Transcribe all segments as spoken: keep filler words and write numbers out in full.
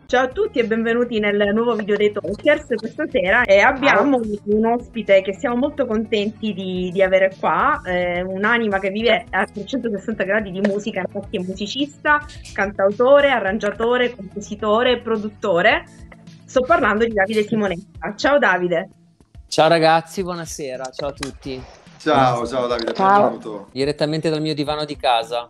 Ciao a tutti e benvenuti nel nuovo video dei Talkers. Questa sera e abbiamo un ospite che siamo molto contenti di, di avere qua, eh, un'anima che vive a trecentosessanta gradi di musica, infatti è musicista, cantautore, arrangiatore, compositore e produttore. Sto parlando di Davide Simonetta. Ciao Davide. Ciao ragazzi, buonasera, ciao a tutti. Ciao, ciao Davide, ciao. Benvenuto. Direttamente dal mio divano di casa.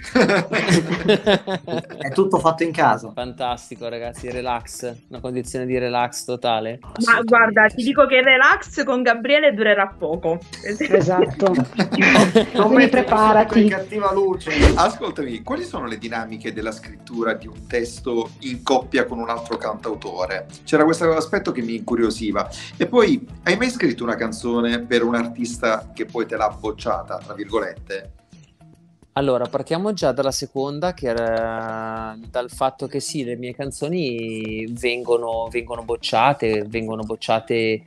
È tutto fatto in casa. Fantastico ragazzi, relax, una condizione di relax totale. Ma guarda, ti dico che il relax con Gabriele durerà poco. Esatto. Non Quindi preparati. In cattiva luce. Ascoltami, quali sono le dinamiche della scrittura di un testo in coppia con un altro cantautore? C'era questo aspetto che mi incuriosiva. E poi, hai mai scritto una canzone per un artista che poi te l'ha bocciata, tra virgolette? Allora, partiamo già dalla seconda, che era dal fatto che sì, le mie canzoni vengono, vengono bocciate, vengono bocciate,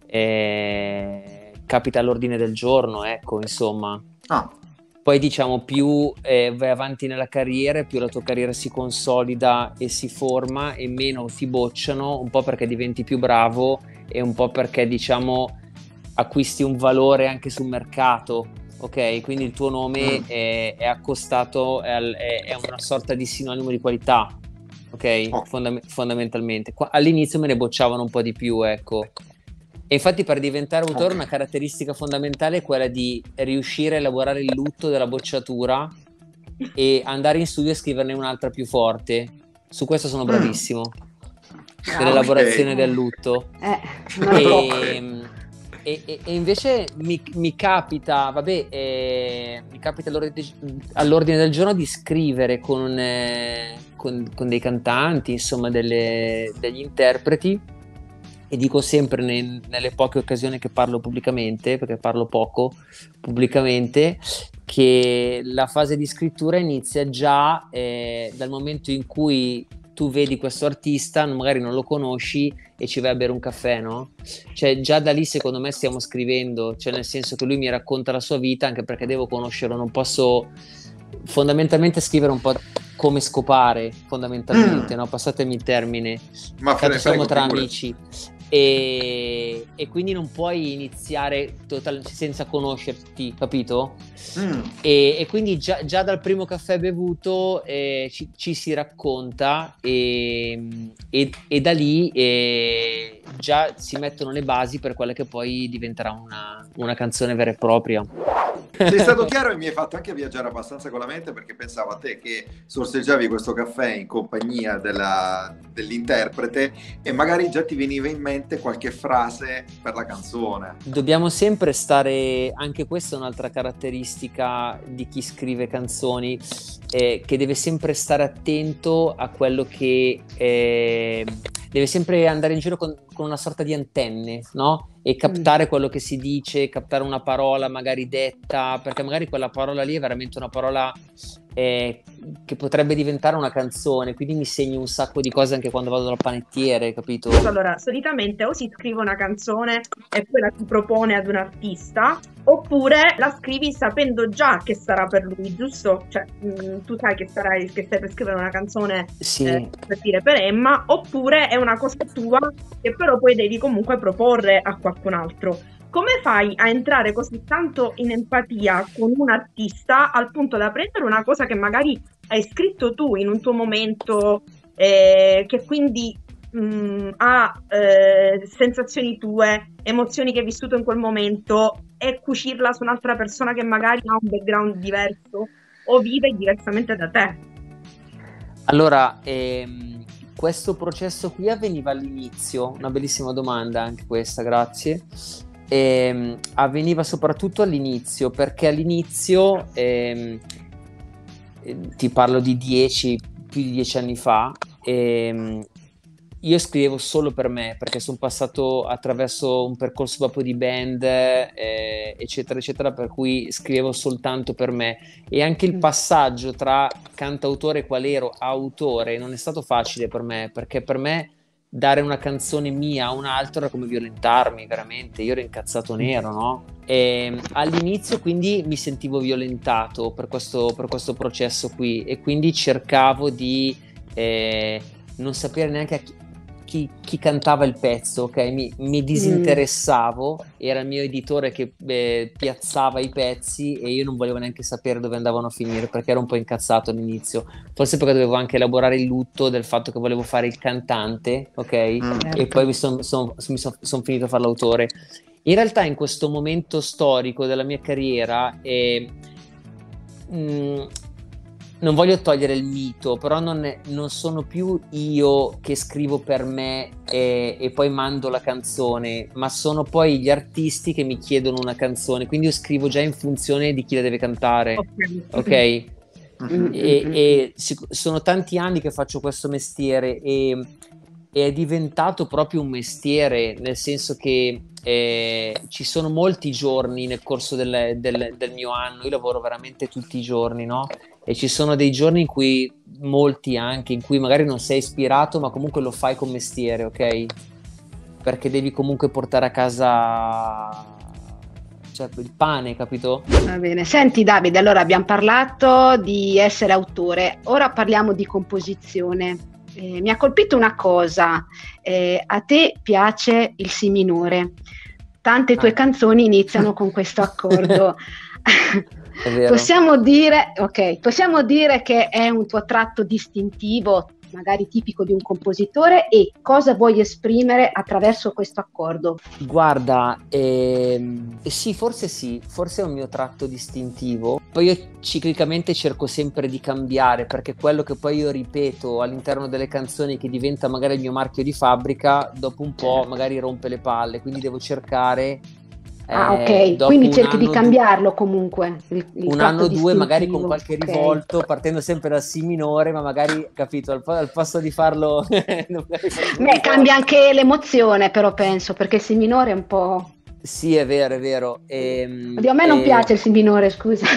eh, capita all'ordine del giorno, ecco, insomma. Ah. Poi diciamo più eh, vai avanti nella carriera, più la tua carriera si consolida e si forma e meno ti bocciano, un po' perché diventi più bravo e un po' perché diciamo acquisti un valore anche sul mercato, ok? Quindi il tuo nome è, è accostato, è, è, è una sorta di sinonimo di qualità, ok? Oh. Fondam- fondamentalmente. Qua, all'inizio me ne bocciavano un po' di più, ecco. E infatti per diventare autore Okay. una caratteristica fondamentale è quella di riuscire a elaborare il lutto della bocciatura e andare in studio e scriverne un'altra più forte. Su questo sono bravissimo, Ah, nell'elaborazione ok. del lutto. Eh, E, e, e- e invece mi, mi capita, vabbè, eh, mi capita all'ordine, all'ordine del giorno di scrivere con, eh, con, con dei cantanti, insomma, delle- degli interpreti. E dico sempre ne- nelle poche occasioni che parlo pubblicamente, perché parlo poco pubblicamente, che la fase di scrittura inizia già eh, dal momento in cui tu vedi questo artista, magari non lo conosci e ci vai a bere un caffè, no? Cioè già da lì secondo me stiamo scrivendo, cioè nel senso che lui mi racconta la sua vita, anche perché devo conoscerlo, non posso fondamentalmente scrivere un po' come scopare, fondamentalmente, Mm. no? Passatemi il termine. Ma Infatti frega, siamo prego, tra figurati. amici e, e quindi non puoi iniziare total- senza conoscerti, capito? Mm. E, e quindi già, già dal primo caffè bevuto eh, ci, ci si racconta e, e- e da lì eh, già si mettono le basi per quella che poi diventerà una, una canzone vera e propria. Sei stato chiaro e mi hai fatto anche viaggiare abbastanza con la mente, perché pensavo a te che sorseggiavi questo caffè in compagnia della- dell'interprete e magari già ti veniva in mente qualche frase per la canzone. Dobbiamo sempre stare, anche questa è un'altra caratteristica di chi scrive canzoni, eh, che deve sempre stare attento a quello che eh, deve sempre andare in giro con, con una sorta di antenne, no? E captare quello che si dice, captare una parola magari detta, perché magari quella parola lì è veramente una parola eh, che potrebbe diventare una canzone, quindi mi segno un sacco di cose anche quando vado dal panettiere, capito? Allora, solitamente o si scrive una canzone e poi la si propone ad un artista, oppure la scrivi sapendo già che sarà per lui, giusto? Cioè, mh, tu sai che sarai, che stai per scrivere una canzone Sì. eh, per dire per Emma, oppure è una cosa tua che però poi devi comunque proporre a qualcun altro. Come fai a entrare così tanto in empatia con un artista al punto da prendere una cosa che magari hai scritto tu in un tuo momento, eh, che quindi mh, ha eh, sensazioni tue, emozioni che hai vissuto in quel momento, e cucirla su un'altra persona che magari ha un background diverso o vive diversamente da te? Allora, ehm, questo processo qui avveniva all'inizio, una bellissima domanda anche questa, grazie. Ehm, avveniva soprattutto all'inizio, perché all'inizio, ehm, eh, ti parlo di dieci, più di dieci anni fa, ehm, io scrivevo solo per me, perché sono passato attraverso un percorso proprio di band, eh, eccetera, eccetera, per cui scrivevo soltanto per me. E anche il passaggio tra cantautore qual ero a autore non è stato facile per me, perché per me dare una canzone mia a un altro era come violentarmi, veramente. Io ero incazzato nero, no? E all'inizio quindi mi sentivo violentato per questo, per questo processo qui, e quindi cercavo di... Eh, non sapere neanche a chi, chi, chi cantava il pezzo, ok? Mi, mi disinteressavo, mm. era il mio editore che eh, piazzava i pezzi e io non volevo neanche sapere dove andavano a finire perché ero un po' incazzato all'inizio, forse perché dovevo anche elaborare il lutto del fatto che volevo fare il cantante, ok? Mm. E poi mi sono son, son, son, son finito a fare l'autore. In realtà in questo momento storico della mia carriera eh, mh, non voglio togliere il mito, però non, è, non sono più io che scrivo per me e, e poi mando la canzone, ma sono poi gli artisti che mi chiedono una canzone, quindi io scrivo già in funzione di chi la deve cantare, ok? okay? Mm-hmm. E, e sono tanti anni che faccio questo mestiere e, e è diventato proprio un mestiere, nel senso che eh, ci sono molti giorni nel corso del, del, del mio anno, io lavoro veramente tutti i giorni, no? E ci sono dei giorni in cui, molti anche, in cui magari non sei ispirato, ma comunque lo fai con mestiere, ok? Perché devi comunque portare a casa, cioè, il pane, capito? Va bene. Senti Davide, allora abbiamo parlato di essere autore, ora parliamo di composizione. Eh, mi ha colpito una cosa, eh, a te piace il Si minore, tante tue ah. canzoni iniziano con questo accordo. Possiamo dire, ok, possiamo dire che è un tuo tratto distintivo, magari tipico di un compositore, e cosa vuoi esprimere attraverso questo accordo? Guarda, ehm, sì, forse sì, forse è un mio tratto distintivo. Poi io ciclicamente cerco sempre di cambiare, perché quello che poi io ripeto all'interno delle canzoni che diventa magari il mio marchio di fabbrica, dopo un po' magari rompe le palle, quindi devo cercare... Ah, ok, quindi cerchi di cambiarlo comunque. Il, il un anno o due, magari con qualche okay. rivolto, partendo sempre dal Si minore, ma magari, capito, al, al posto di farlo. Beh, cambia anche l'emozione, però penso, perché il Si minore è un po'. Sì, è vero, è vero. E, Oddio, a me e... non piace il Si minore, scusa.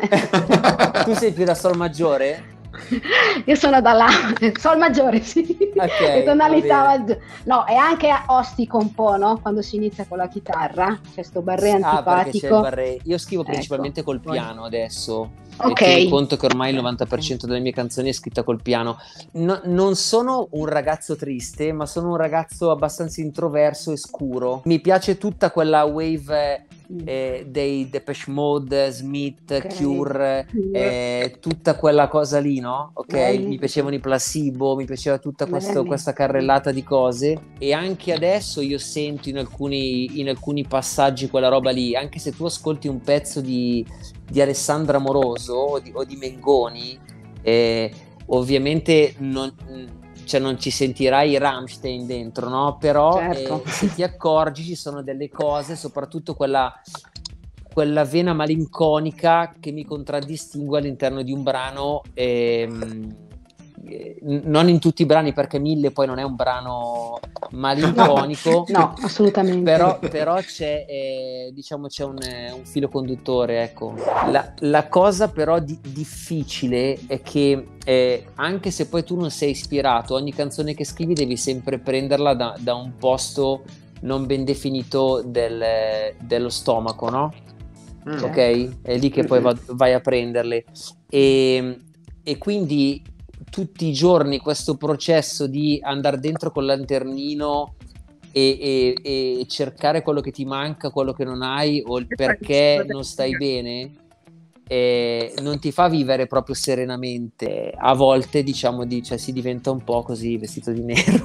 Tu sei più da Sol maggiore? Io sono da là, Sol maggiore, sì, okay, tonalità maggiore. No, è anche ostico un po', no? Quando si inizia con la chitarra, c'è sto barré ah, antipatico. C'è il barré. Io scrivo principalmente ecco. col piano adesso. Ok. E tieni conto che ormai il novanta per cento delle mie canzoni è scritta col piano. No, non sono un ragazzo triste, ma sono un ragazzo abbastanza introverso e scuro. Mi piace tutta quella wave eh, dei Depeche Mode, Smith, okay. Cure, eh, tutta quella cosa lì, no? Ok, Belli. Mi piacevano i Placebo, mi piaceva tutta questo, questa carrellata di cose, e anche adesso io sento in alcuni, in alcuni passaggi quella roba lì, anche se tu ascolti un pezzo di, di Alessandra Moroso o di, o di Mengoni, eh, ovviamente non... cioè non ci sentirai Rammstein dentro, no? Però certo. eh, se ti accorgi ci sono delle cose, soprattutto quella, quella vena malinconica che mi contraddistingue all'interno di un brano, ehm, eh, non in tutti i brani, perché Mille poi non è un brano malinconico, no, no assolutamente, però, però c'è eh, diciamo c'è un, un filo conduttore, ecco. La, la cosa però di, difficile è che eh, anche se poi tu non sei ispirato, ogni canzone che scrivi devi sempre prenderla da, da un posto non ben definito del, dello stomaco, no? Mm. Ok? È lì che poi va, vai a prenderle, e, e quindi tutti i giorni questo processo di andare dentro col lanternino e, e, e cercare quello che ti manca, quello che non hai o il perché non stai bene, eh, non ti fa vivere proprio serenamente. A volte diciamo di, cioè, si diventa un po' così vestito di nero.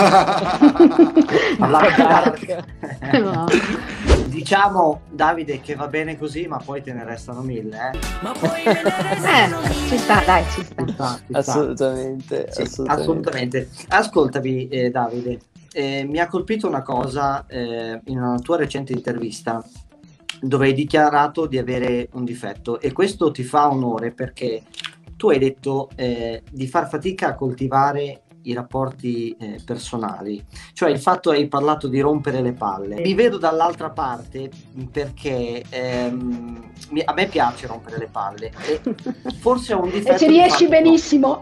No. Diciamo, Davide, che va bene così, ma poi te ne restano mille, eh? Ma poi te ne restano eh, mille. Ci sta, dai, ci sta. Ci sta, ci assolutamente, sta. Sì, assolutamente. assolutamente. Ascoltami, eh, Davide, eh, mi ha colpito una cosa eh, in una tua recente intervista dove hai dichiarato di avere un difetto, e questo ti fa onore perché tu hai detto eh, di far fatica a coltivare i rapporti eh, personali, cioè il fatto, hai parlato di rompere le palle. Mi vedo dall'altra parte perché ehm, mi, a me piace rompere le palle e forse è un difetto e ci riesci benissimo.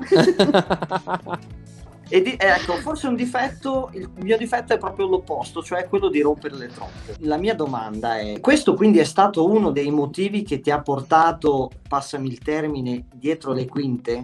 E di, ecco, forse un difetto, il mio difetto è proprio l'opposto, cioè quello di rompere le troppe. La mia domanda è, questo quindi è stato uno dei motivi che ti ha portato, passami il termine, dietro le quinte?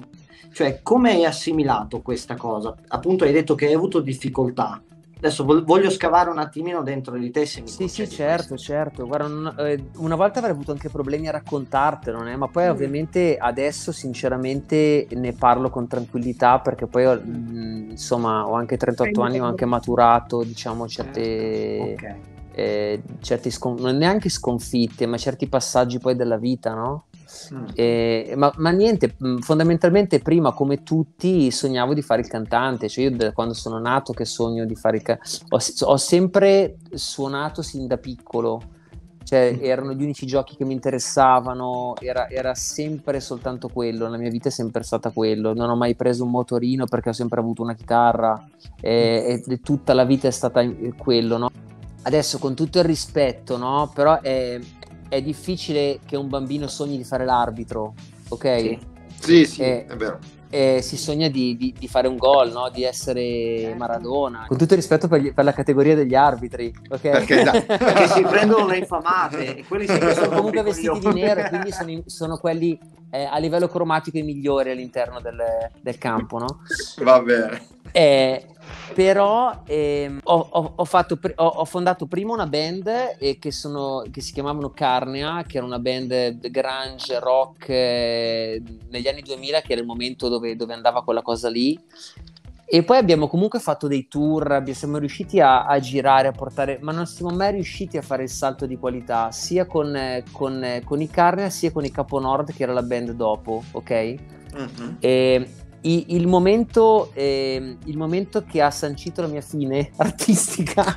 Cioè, come hai assimilato questa cosa? Appunto hai detto che hai avuto difficoltà. Adesso voglio scavare un attimino dentro di te, se mi Sì, sì, concedi certo, questo. certo. Guarda, non- eh, una volta avrei avuto anche problemi a raccontartelo, non è? Ma poi Mm. ovviamente adesso sinceramente ne parlo con tranquillità perché poi ho, mh, insomma ho anche trentotto anni, ho anche maturato, diciamo, certe, Ok. eh, certi scon- non neanche sconfitte, ma certi passaggi poi della vita, no? Mm. Eh, ma, ma niente, mh, fondamentalmente prima come tutti sognavo di fare il cantante, cioè io da quando sono nato che sogno di fare il cantante, ho, ho sempre suonato sin da piccolo, cioè erano gli unici giochi che mi interessavano, era, era sempre soltanto quello, la mia vita è sempre stata quello, non ho mai preso un motorino perché ho sempre avuto una chitarra e, e tutta la vita è stata quello, no? Adesso con tutto il rispetto, no? Però è, è difficile che un bambino sogni di fare l'arbitro, ok? Sì. Sì, sì, E, è vero. e si sogna di, di- di fare un gol, no? Di essere Certo. Maradona. Con tutto il rispetto per, gli- per la categoria degli arbitri, ok? Per carità. Che si prendono le infamate e quelli sì che Sono sono comunque rompicoglioni. vestiti di nero e quindi sono, i- sono quelli eh, a livello cromatico i migliori all'interno del, del campo, no? Va bene. Eh, però ehm, ho, ho- ho fatto pri- ho- ho fondato prima una band eh, che, sono, che si chiamavano Carnea, che era una band grunge rock eh, negli anni duemila, che era il momento dove, dove andava quella cosa lì. E poi abbiamo comunque fatto dei tour, abbi- siamo riusciti a, a girare, a portare, ma non siamo mai riusciti a fare il salto di qualità, sia con, eh, con, eh, con i Carnea sia con i Capo Nord, che era la band dopo, ok? Mhm. E i- il momento, ehm, il momento che ha sancito la mia fine artistica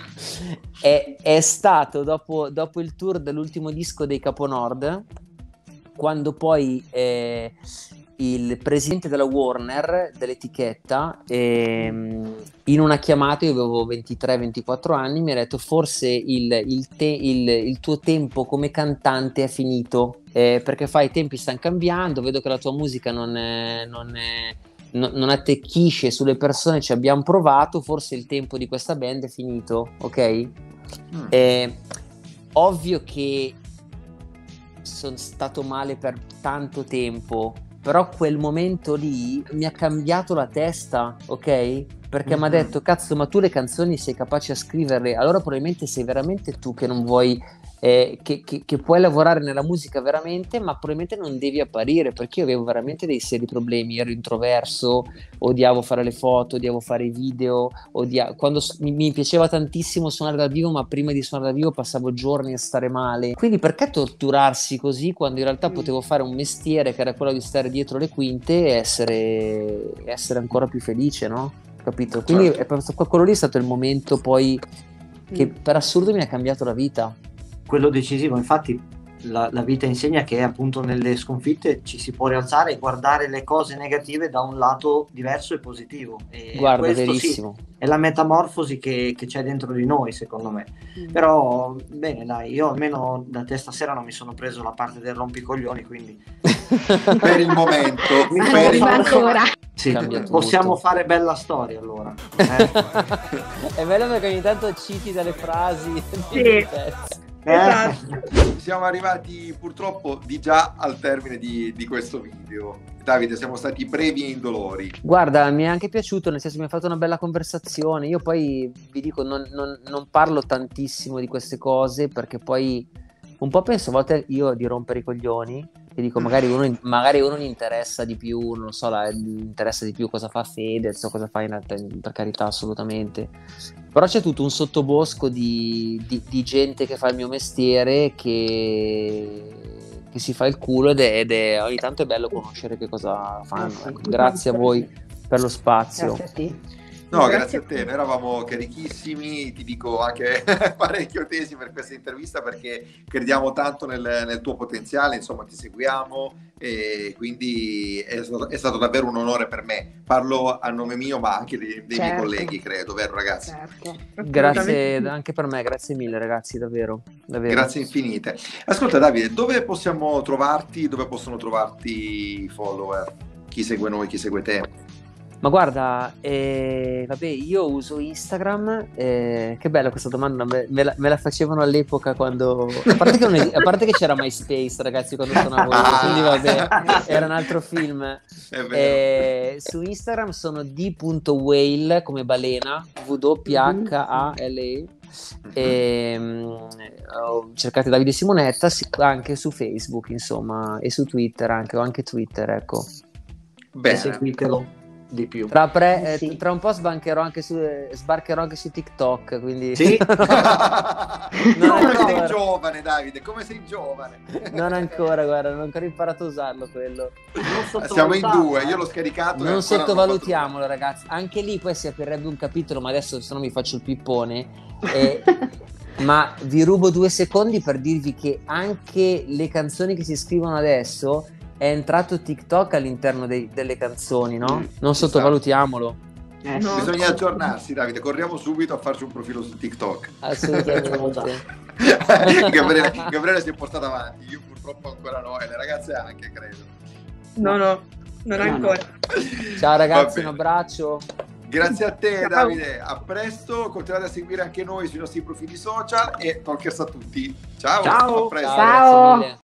è, è stato dopo, dopo il tour dell'ultimo disco dei Capo Nord, quando poi eh, il presidente della Warner, dell'etichetta, ehm, in una chiamata, io avevo ventitré ventiquattro anni, mi ha detto forse il, il te- il- il tuo tempo come cantante è finito, eh, perché fai, i tempi stanno cambiando, vedo che la tua musica non, è- non, è- no- non attecchisce sulle persone, ci abbiamo provato, forse il tempo di questa band è finito, ok? Mm. Eh, ovvio che sono stato male per tanto tempo, però quel momento lì mi ha cambiato la testa, ok? Perché mi ha Mhm. detto, cazzo, ma tu le canzoni sei capace a scriverle, allora probabilmente sei veramente tu che non vuoi, eh, che, che- che puoi lavorare nella musica veramente, ma probabilmente non devi apparire, perché io avevo veramente dei seri problemi, ero introverso, odiavo fare le foto, odiavo fare i video, odia- quando s- mi, mi piaceva tantissimo suonare dal vivo, ma prima di suonare dal vivo passavo giorni a stare male. Quindi perché torturarsi così quando in realtà Mm. potevo fare un mestiere che era quello di stare dietro le quinte e essere, essere ancora più felice, no? Capito? Quindi Certo. è proprio- quello lì è stato il momento poi che Mm. per assurdo mi ha cambiato la vita. Quello decisivo, infatti la, la vita insegna che appunto nelle sconfitte ci si può rialzare e guardare le cose negative da un lato diverso e positivo, e Guarda, questo verissimo. sì, è la metamorfosi che, che c'è dentro di noi, secondo me. Mm. Però bene, dai, io almeno da te stasera non mi sono preso la parte del rompicoglioni, quindi Per il momento. Mi Ma per il prima momento. ancora. sì, Cambia tutto. possiamo fare bella storia allora. Eh? È bello perché ogni tanto citi dalle frasi. Sì. Esatto. Siamo arrivati purtroppo di già al termine di, di questo video. Davide, siamo stati brevi e indolori. Guarda, mi è anche piaciuto, nel senso mi ha fatto una bella conversazione. Io poi vi dico, non, non- non parlo tantissimo di queste cose perché poi un po' penso a volte io di rompere i coglioni e dico magari uno, magari uno gli interessa di più, non so, la, gli interessa di più cosa fa Fedez o cosa fa in realtà, per carità, assolutamente. Però c'è tutto un sottobosco di, di- di gente che fa il mio mestiere che, che si fa il culo ed è, ed è- ogni tanto è bello conoscere che cosa fanno. Eh sì. Ecco, grazie a voi per lo spazio. Grazie a te. No, Grazie grazie a te, noi eravamo carichissimi, ti dico anche parecchio tesi per questa intervista perché crediamo tanto nel, nel tuo potenziale, insomma ti seguiamo e quindi è stato, è stato davvero un onore per me. Parlo a nome mio ma anche dei, dei miei Certo. colleghi, credo, vero ragazzi? Certo. Grazie anche per me, grazie mille ragazzi, davvero. davvero. Grazie infinite. Ascolta Davide, dove possiamo trovarti, dove possono trovarti i follower? Chi segue noi, chi segue te? Ma guarda, eh, vabbè, io uso Instagram, eh, che bella questa domanda, me, me, la, me la facevano all'epoca quando... A parte che, non es- a parte che c'era MySpace, ragazzi, quando suonavo io, quindi vabbè, era un altro film. Eh, su Instagram sono d punto whale, come balena, W H A L E, e um, cercate Davide Simonetta, anche su Facebook, insomma, e su Twitter anche, ho anche Twitter, ecco. Bene. Seguitelo di più. Tra, pre, eh, sì. tra un po' sbancherò anche su, eh, sbarcherò anche su TikTok, quindi Sì. non come ancora. sei giovane, Davide, come sei giovane. Non ancora, guarda, non ho ancora imparato a usarlo quello. Siamo in due, io l'ho scaricato. Non sottovalutiamolo, ragazzi. Anche lì poi si aprirebbe un capitolo, ma adesso se no mi faccio il pippone. Eh, ma vi rubo due secondi per dirvi che anche le canzoni che si scrivono adesso è entrato TikTok all'interno dei, delle canzoni, no? Mm, non sottovalutiamolo. Eh, No. Bisogna aggiornarsi, Davide, corriamo subito a farci un profilo su TikTok. Assolutamente. Gabriele, Gabriele si è portato avanti, io purtroppo ancora no, e le ragazze anche, credo. No, no, non No, ancora. Ciao ragazzi, Va un bene. abbraccio. Grazie a te, Ciao. Davide, a presto, continuate a seguire anche noi sui nostri profili social e Talkers a tutti. Ciao, Ciao. a presto. Ciao, Ciao. grazie mille.